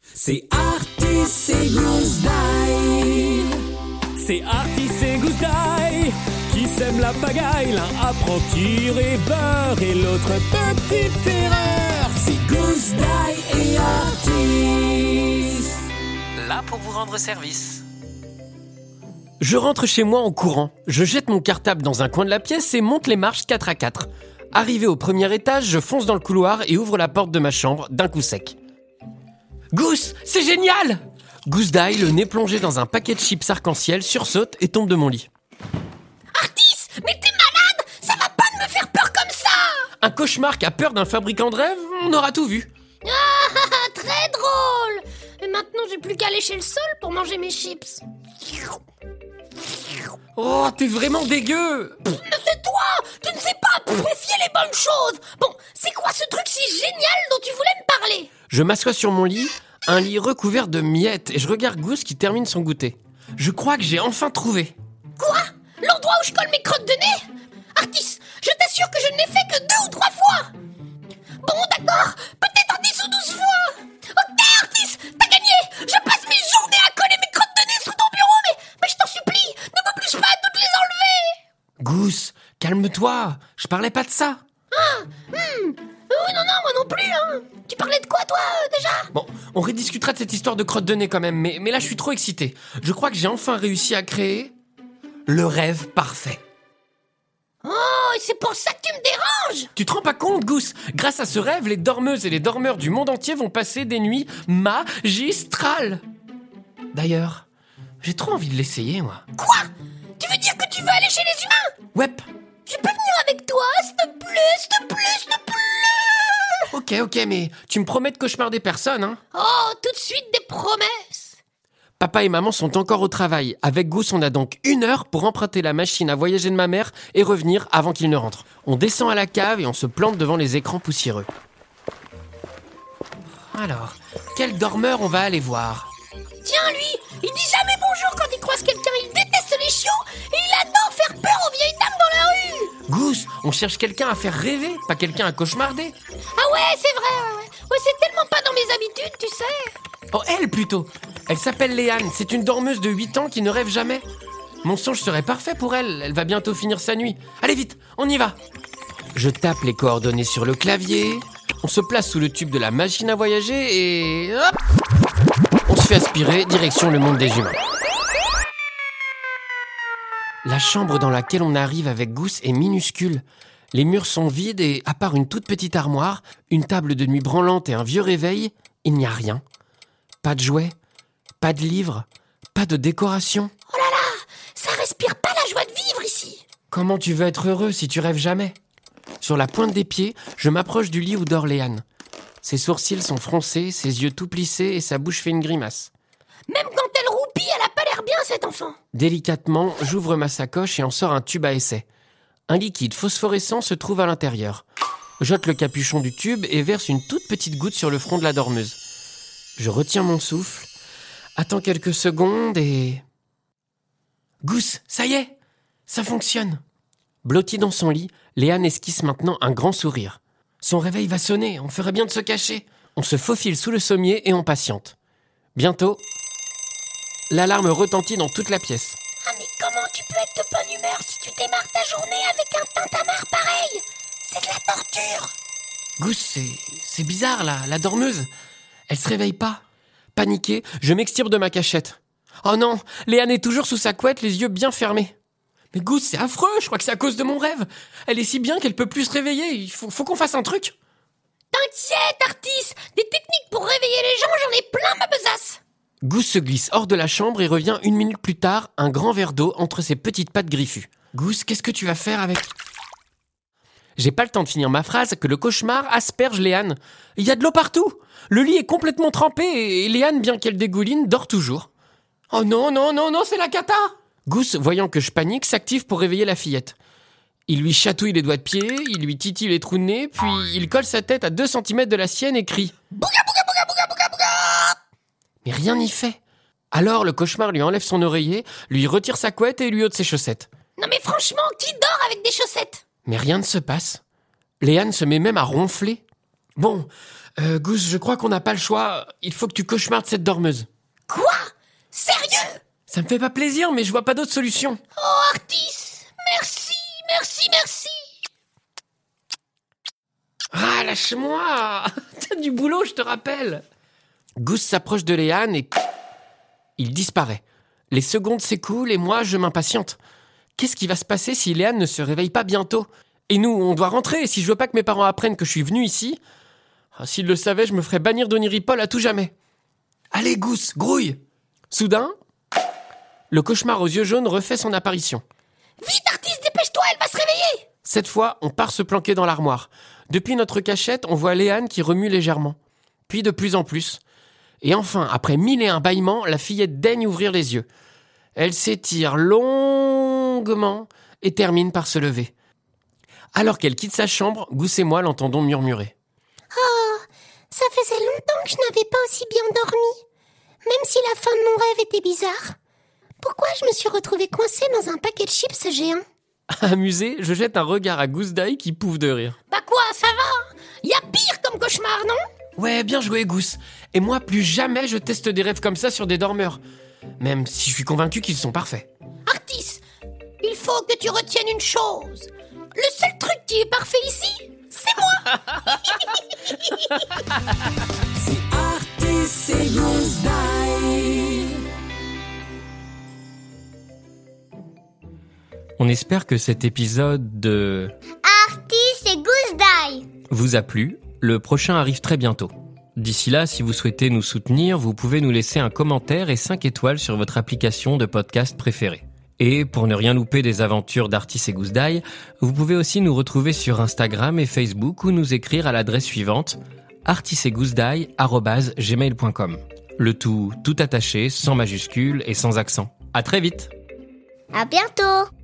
C'est Artis et Goose Die. C'est Artis et Goose Die qui sèment la pagaille. L'un apprend tirer beurre et l'autre petite erreur. C'est Goose Die et Artis. Là pour vous rendre service. Je rentre chez moi en courant. Je jette mon cartable dans un coin de la pièce et monte les marches 4 à 4. Arrivé au premier étage, je fonce dans le couloir et ouvre la porte de ma chambre d'un coup sec. Goose, c'est génial! Goose Die, le nez plongé dans un paquet de chips arc-en-ciel, sursaute et tombe de mon lit. Artis, mais t'es malade! Ça va pas de me faire peur comme ça! Un cauchemar qui a peur d'un fabricant de rêves, on aura tout vu. Ah, très drôle! Et maintenant, j'ai plus qu'à lécher le sol pour manger mes chips. Oh, t'es vraiment dégueu! Mais c'est toi! Tu ne sais pas apprécier les bonnes choses! Bon, c'est quoi ce truc si génial dont tu voulais me parler? Je m'assois sur mon lit, un lit recouvert de miettes, et je regarde Goose qui termine son goûter. Je crois que j'ai enfin trouvé. Quoi? L'endroit où je colle mes crottes de nez? Artis, je t'assure que je ne l'ai fait que 2 ou 3 fois! Bon, d'accord, peut-être 10 ou 12 fois! Ok, Artis, t'as gagné! Je passe mes journées à coller mes crottes de nez sous ton bureau, mais je t'en supplie, ne m'oblige pas à toutes les enlever! Goose, calme-toi, je parlais pas de ça. Oui, non, moi non plus, hein! Tu parlais de quoi, toi, déjà? Bon, on rediscutera de cette histoire de crotte de nez quand même, mais là je suis trop excité. Je crois que j'ai enfin réussi à créer le rêve parfait. Oh, et c'est pour ça que tu me déranges! Tu te rends pas compte, Goose? Grâce à ce rêve, les dormeuses et les dormeurs du monde entier vont passer des nuits magistrales. D'ailleurs, j'ai trop envie de l'essayer, moi. Quoi? Tu veux dire que tu veux aller chez les humains? Ouais. Je peux venir avec toi, s'il te plaît, s'il te plaît, s'il te plaît? Ok, mais tu me promets de cauchemarder personne, hein? Oh, tout de suite des promesses! Papa et maman sont encore au travail. Avec Goose, on a donc 1 heure pour emprunter la machine à voyager de ma mère et revenir avant qu'ils ne rentrent. On descend à la cave et on se plante devant les écrans poussiéreux. Alors, quel dormeur on va aller voir? Tiens, lui, il dit jamais bonjour quand il croise quelqu'un, il déteste les chiots et il adore faire peur aux vieilles dames dans la rue! Goose, on cherche quelqu'un à faire rêver, pas quelqu'un à cauchemarder. Ah ouais, c'est vrai, ouais. Ouais, c'est tellement pas dans mes habitudes, tu sais. Oh, elle plutôt. Elle s'appelle Léane, c'est une dormeuse de 8 ans qui ne rêve jamais. Mon songe serait parfait pour elle, elle va bientôt finir sa nuit. Allez vite, on y va. Je tape les coordonnées sur le clavier, on se place sous le tube de la machine à voyager et hop, on se fait aspirer direction le monde des humains. La chambre dans laquelle on arrive avec Goose est minuscule. Les murs sont vides et, à part une toute petite armoire, une table de nuit branlante et un vieux réveil, il n'y a rien. Pas de jouets, pas de livres, pas de décoration. Oh là là, ça respire pas la joie de vivre ici. Comment tu veux être heureux si tu rêves jamais? Sur la pointe des pieds, je m'approche du lit où dort Léane. Ses sourcils sont froncés, ses yeux tout plissés et sa bouche fait une grimace. Même quand elle roupille, elle a pas l'air bien, cet enfant. Délicatement, j'ouvre ma sacoche et en sors un tube à essai. Un liquide phosphorescent se trouve à l'intérieur. J'ôte le capuchon du tube et verse une toute petite goutte sur le front de la dormeuse. Je retiens mon souffle, attends quelques secondes et... Goose, ça y est, ça fonctionne. Blottie dans son lit, Léane esquisse maintenant un grand sourire. Son réveil va sonner, on ferait bien de se cacher. On se faufile sous le sommier et on patiente. Bientôt, l'alarme retentit dans toute la pièce. Ah mais comment tu peux être de bonne humeur si tu démarres ta journée avec un tintamarre pareil? C'est de la torture. Goose, c'est bizarre là, la dormeuse. Elle se réveille pas. Paniqué, je m'extirpe de ma cachette. Oh non, Léane est toujours sous sa couette, les yeux bien fermés. Mais Goose, c'est affreux, je crois que c'est à cause de mon rêve. Elle est si bien qu'elle peut plus se réveiller, il faut qu'on fasse un truc. T'inquiète, Artis, des techniques pour réveiller les gens, j'en ai plein ma besace. Goose se glisse hors de la chambre et revient 1 minute plus tard, un grand verre d'eau entre ses petites pattes griffues. Goose, qu'est-ce que tu vas faire avec... J'ai pas le temps de finir ma phrase que le cauchemar asperge Léane. Il y a de l'eau partout. Le lit est complètement trempé et Léane, bien qu'elle dégouline, dort toujours. Oh non, c'est la cata! Goose, voyant que je panique, s'active pour réveiller la fillette. Il lui chatouille les doigts de pied, il lui titille les trous de nez, puis il colle sa tête à 2 cm de la sienne et crie « Bouga, bouga, bouga, bouga, bouga, bouga !» Mais rien n'y fait. Alors le cauchemar lui enlève son oreiller, lui retire sa couette et lui ôte ses chaussettes. Non mais franchement, qui dort avec des chaussettes? Mais rien ne se passe. Léane se met même à ronfler. Bon, Goose, je crois qu'on n'a pas le choix. Il faut que tu cauchemardes cette dormeuse. Quoi? Sérieux? Ça me fait pas plaisir, mais je vois pas d'autre solution. Oh, Artis, merci. Ah, lâche-moi. T'as du boulot, je te rappelle. Goose s'approche de Léane et... il disparaît. Les secondes s'écoulent et moi, je m'impatiente. Qu'est-ce qui va se passer si Léane ne se réveille pas bientôt? Et nous, on doit rentrer. Si je veux pas que mes parents apprennent que je suis venu ici... s'ils le savaient, je me ferais bannir d'Oniripol à tout jamais. Allez, Goose, grouille. Soudain, le cauchemar aux yeux jaunes refait son apparition. Vite, Artis, dépêche-toi, elle va se réveiller. Cette fois, on part se planquer dans l'armoire. Depuis notre cachette, on voit Léane qui remue légèrement. Puis de plus en plus. Et enfin, après 1001 bâillements, la fillette daigne ouvrir les yeux. Elle s'étire longuement et termine par se lever. Alors qu'elle quitte sa chambre, Goose et moi l'entendons murmurer. Ça faisait longtemps que je n'avais pas aussi bien dormi. Même si la fin de mon rêve était bizarre. Pourquoi je me suis retrouvée coincée dans un paquet de chips géant? Amusé, je jette un regard à Goose Day qui pouffe de rire. Bah quoi, ça va? Y a pire comme cauchemar, non? Ouais, bien joué, Goose. Et moi, plus jamais je teste des rêves comme ça sur des dormeurs. Même si je suis convaincu qu'ils sont parfaits. Artis, il faut que tu retiennes une chose. Le seul truc qui est parfait ici, c'est moi. C'est Artis et Goose Day. On espère que cet épisode de Artis et Goose Day vous a plu. Le prochain arrive très bientôt. D'ici là, si vous souhaitez nous soutenir, vous pouvez nous laisser un commentaire et 5 étoiles sur votre application de podcast préférée. Et pour ne rien louper des aventures d'Artis et Goose Day, vous pouvez aussi nous retrouver sur Instagram et Facebook ou nous écrire à l'adresse suivante artisetgooseday@gmail.com. Le tout attaché, sans majuscule et sans accent. À très vite. À bientôt.